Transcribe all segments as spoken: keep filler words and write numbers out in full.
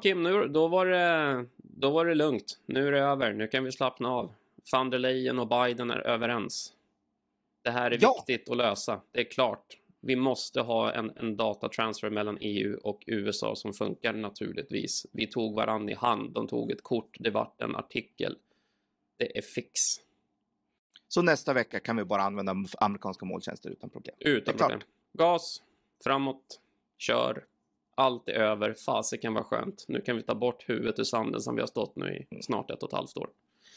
Kim, nu, då, var det, då var det lugnt. Nu är det över. Nu kan vi slappna av. Van der Leyen och Biden är överens. Det här är Ja. viktigt att lösa. Det är klart. Vi måste ha en, en datatransfer mellan E U och U S A som funkar naturligtvis. Vi tog varann i hand. De tog ett kort. Det vart en artikel. Det är fix. Så nästa vecka kan vi bara använda amerikanska molntjänster utan problem. Utan problem. Gas, framåt, kör. Allt är över. Fasiken var skönt. Nu kan vi ta bort huvudet ur sanden som vi har stått nu i snart ett och ett halvt år.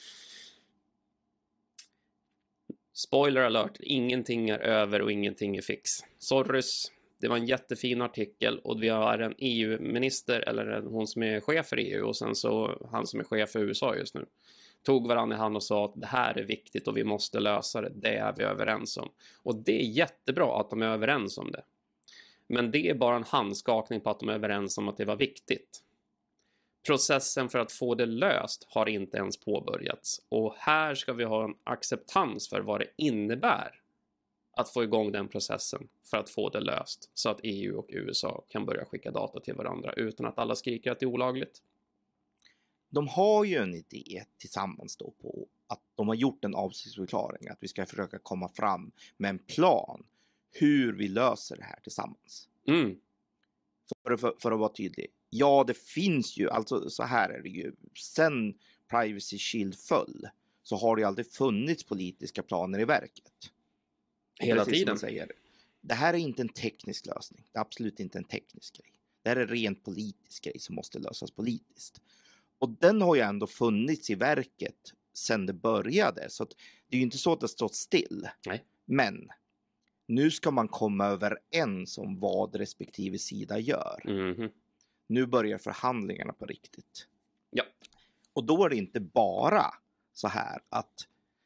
Spoiler alert. Ingenting är över och ingenting är fix. Sorrys. Det var en jättefin artikel och vi har en E U-minister eller en, hon som är chef för E U och sen så han som är chef för U S A just nu. Tog varandra i hand och sa att det här är viktigt och vi måste lösa det. Det är vi överens om. Och det är jättebra att de är överens om det. Men det är bara en handskakning på att de är överens om att det var viktigt. Processen för att få det löst har inte ens påbörjats. Och här ska vi ha en acceptans för vad det innebär att få igång den processen för att få det löst. Så att E U och U S A kan börja skicka data till varandra utan att alla skriker att det är olagligt. De har ju en idé tillsammans då på att de har gjort en avsiktsförklaring att vi ska försöka komma fram med en plan hur vi löser det här tillsammans. Mm. För, för, för att vara tydlig. Ja, det finns ju, alltså så här är det ju. Sen Privacy Shield föll så har det aldrig funnits politiska planer i verket. Hela tiden. Säger, det här är inte en teknisk lösning. Det är absolut inte en teknisk grej. Det här är en rent politisk grej som måste lösas politiskt. Och den har ju ändå funnits i verket sedan det började. Så att det är ju inte så att det stått still. Nej. Men nu ska man komma överens om vad respektive sida gör. Mm-hmm. Nu börjar förhandlingarna på riktigt. Ja. Och då är det inte bara så här att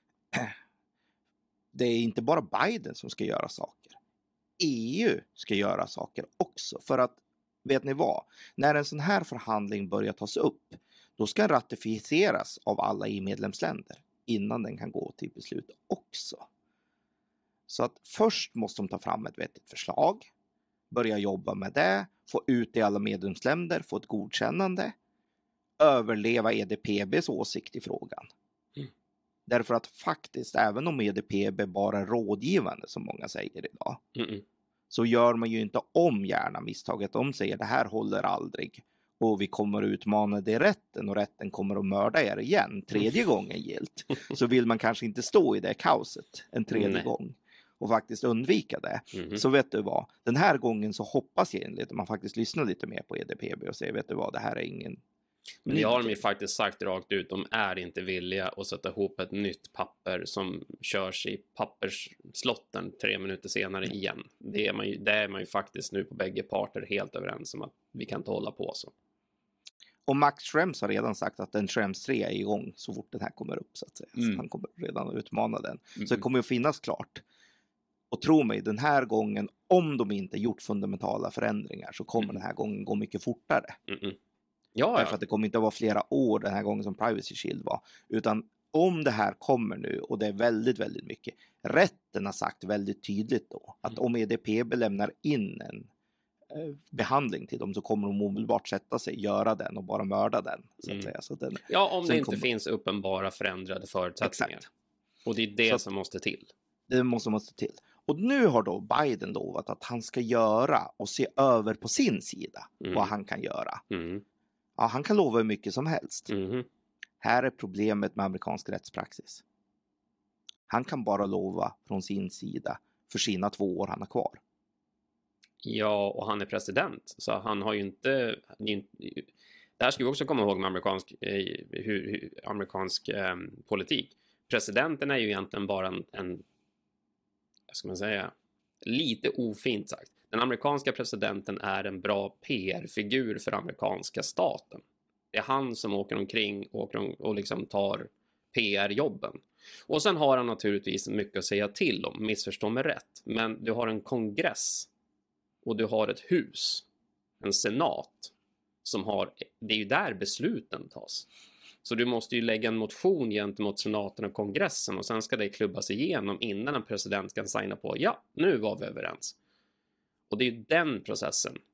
det är inte bara Biden som ska göra saker. E U ska göra saker också. För att, vet ni vad? När en sån här förhandling börjar tas upp, då ska den ratificeras av alla E U-medlemsländer innan den kan gå till beslut också. Så att först måste de ta fram ett vettigt förslag, börja jobba med det, få ut det i alla medlemsländer, få ett godkännande, överleva E D P B:s åsikt i frågan. Mm. Därför att faktiskt, även om E D P B bara är rådgivande som många säger idag, Mm-mm. så gör man ju inte om gärna misstaget. De säger det här håller aldrig och vi kommer att utmana det i rätten och rätten kommer att mörda er igen tredje mm. gången gilt. Så vill man kanske inte stå i det kaoset en tredje Nej. gång och faktiskt undvika det. Mm-hmm. Så vet du vad, den här gången så hoppas jag enligt att man faktiskt lyssnar lite mer på E D P B och säger, vet du vad, det här är ingen... Men det har de ju faktiskt sagt rakt ut. De är inte villiga att sätta ihop ett nytt papper som körs i pappersslotten tre minuter senare igen. Det är man ju, det är man ju faktiskt nu på bägge parter helt överens om att vi kan inte hålla på så. Och Max Schrems har redan sagt att en Schrems tre är igång så fort den här kommer upp så att säga. Mm. Så han kommer redan att utmana den. Mm. Så det kommer att finnas klart. Och tro mig, den här gången, om de inte gjort fundamentala förändringar så kommer mm. den här gången gå mycket fortare. Mm-mm. Ja, Därför ja. att det kommer inte att vara flera år den här gången som Privacy Shield var. Utan om det här kommer nu, och det är väldigt, väldigt mycket. Rätten har sagt väldigt tydligt då. Att om E D P B lämnar in en eh, behandling till dem så kommer de omedelbart sätta sig, göra den och bara mörda den. Så att mm. säga. Så den ja, om det inte kommer... finns uppenbara förändrade förutsättningar. Exakt. Och det är det så som måste till. Det måste, måste till. Och nu har då Biden lovat att han ska göra och se över på sin sida mm. vad han kan göra. Mm. Ja, han kan lova hur mycket som helst. Mm. Här är problemet med amerikansk rättspraxis. Han kan bara lova från sin sida för sina två år han har kvar. Ja, och han är president. Så han har ju inte... Det här ska vi också komma ihåg med amerikansk, hur, hur, amerikansk eh, politik. Presidenten är ju egentligen bara en, en... Vad ska man säga? Lite ofint sagt. Den amerikanska presidenten är en bra P R-figur för amerikanska staten. Det är han som åker omkring och, och liksom tar P R-jobben. Och sen har han naturligtvis mycket att säga till om, missförstå mig rätt. Men du har en kongress och du har ett hus, en senat, som har, det är ju där besluten tas. Så du måste ju lägga en motion gentemot senaten och kongressen och sen ska det klubbas igenom innan en president kan signa på, ja, nu var vi överens. Och det är ju den processen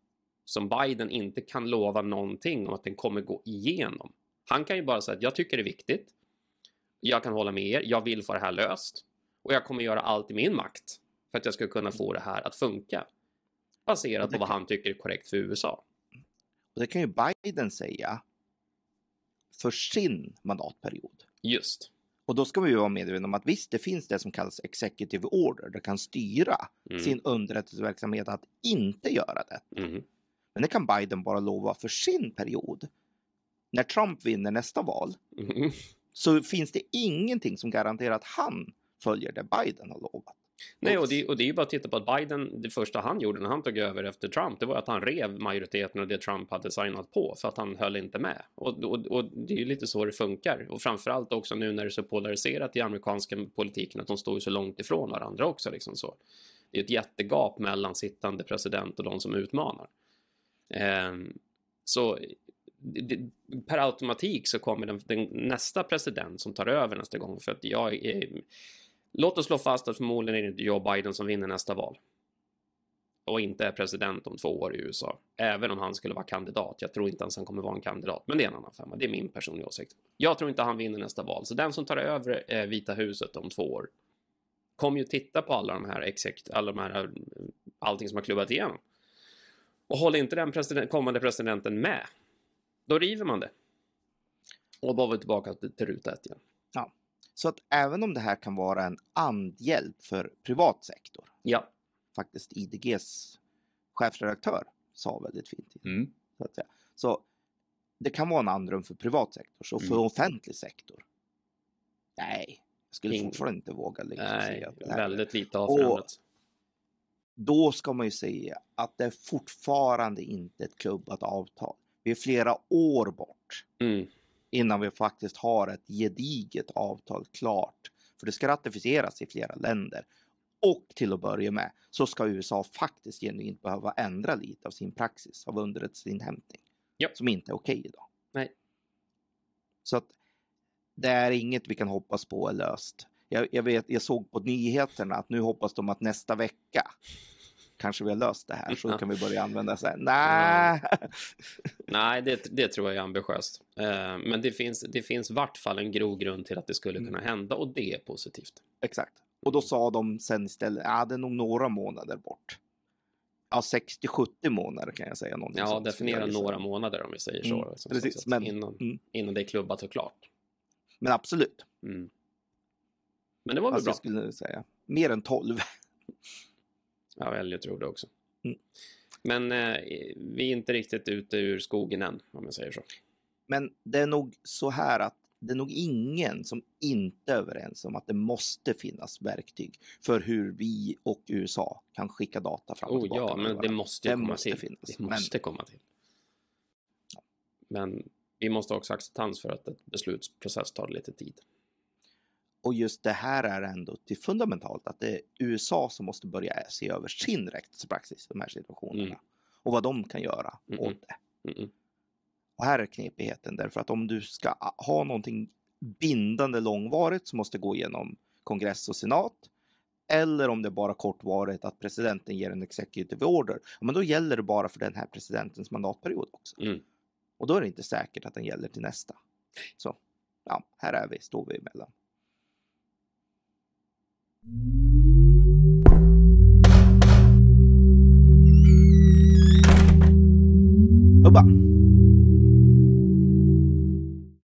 som Biden inte kan lova någonting om att den kommer gå igenom. Han kan ju bara säga att jag tycker det är viktigt. Jag kan hålla med er. Jag vill få det här löst. Och jag kommer göra allt i min makt för att jag ska kunna få det här att funka. Baserat på vad han tycker är korrekt för U S A. Och det kan ju Biden säga för sin mandatperiod. Just. Och då ska vi ju vara medvetna om att visst, det finns det som kallas executive order. Det kan styra mm. sin underrättelseverksamhet att inte göra det. Mm. Men det kan Biden bara lova för sin period. När Trump vinner nästa val mm. så finns det ingenting som garanterar att han följer det Biden har lovat. Nej, och det, och det är ju bara att titta på att Biden, det första han gjorde när han tog över efter Trump, det var att han rev majoriteten av det Trump hade signat på för att han höll inte med. Och, och, och det är ju lite så det funkar. Och framförallt också nu när det är så polariserat i amerikanska politiken att de står ju så långt ifrån varandra också. Liksom så. Det är ett jättegap mellan sittande president och de som utmanar. Ehm, så det, per automatik så kommer den, den nästa president som tar över nästa gång, för att jag är... Låt oss slå fast att förmodligen är det inte Joe Biden som vinner nästa val. Och inte är president om två år i U S A. Även om han skulle vara kandidat. Jag tror inte ens han kommer vara en kandidat. Men det är en annan femma. Det är min personliga åsikt. Jag tror inte han vinner nästa val. Så den som tar över eh, Vita huset om två år kommer ju titta på alla de här exakt, alla de här, allting som har klubbat igenom. Och håller inte den president, kommande presidenten med, då river man det. Och då var vi tillbaka till, till ruta ett igen. Ja. Så att även om det här kan vara en andhjälp för privat sektor. Ja. Faktiskt I D G:s chefredaktör sa väldigt fint. Mm. Så, att säga. Så det kan vara en andrum för privat sektor. Så för mm. offentlig sektor. Nej, jag skulle Ingen. fortfarande inte våga liksom Nej, säga att det här. Väldigt lite har förändrats. Då ska man ju säga att det är fortfarande inte ett klubbat avtal. Vi är flera år bort. Mm. Innan vi faktiskt har ett gediget avtal klart. För det ska ratificeras i flera länder. Och till att börja med så ska U S A faktiskt genuint behöva ändra lite av sin praxis av underrättelseinhämtning. Ja. Som inte är okej idag. Nej. Så att det är inget vi kan hoppas på är löst. Jag, jag, vet, jag såg på nyheterna att nu hoppas de att nästa vecka kanske vi har löst det här. Så ja. Kan vi börja använda så här. Nej. Nej, det, det tror jag är ambitiöst. Uh, men det finns, det finns vart fall en grogrund till att det skulle kunna hända. Och det är positivt. Exakt. Och då sa de sen istället, ja det är nog några månader bort. Ja, sextio till sjuttio månader kan jag säga. Ja, definiera några månader om vi säger så. Mm, precis, så men, innan, mm. innan det är klubbat och klart. Men absolut. Mm. Men det var väl alltså, bra. Jag skulle säga, mer än tolv. Ja, väl, jag tror det också. Mm. Men eh, vi är inte riktigt ute ur skogen än, om jag säger så. Men det är nog så här att det är nog ingen som inte är överens om att det måste finnas verktyg för hur vi och U S A kan skicka data fram och oh, tillbaka. Ja, men det måste ju det komma måste till. Finnas. Det måste men... komma till. Men vi måste också ha acceptans för att ett beslutsprocess tar lite tid. Och just det här är ändå till fundamentalt att det är U S A som måste börja se över sin rättspraxis i de här situationerna. Mm. Och vad de kan göra mm -mm. åt det. Mm -mm. Och här är knepigheten därför att om du ska ha någonting bindande långvarigt så måste gå igenom kongress och senat. Eller om det är bara kortvarigt att presidenten ger en executive order. Men då gäller det bara för den här presidentens mandatperiod också. Mm. Och då är det inte säkert att den gäller till nästa. Så ja, här är vi, står vi emellan. Hubba!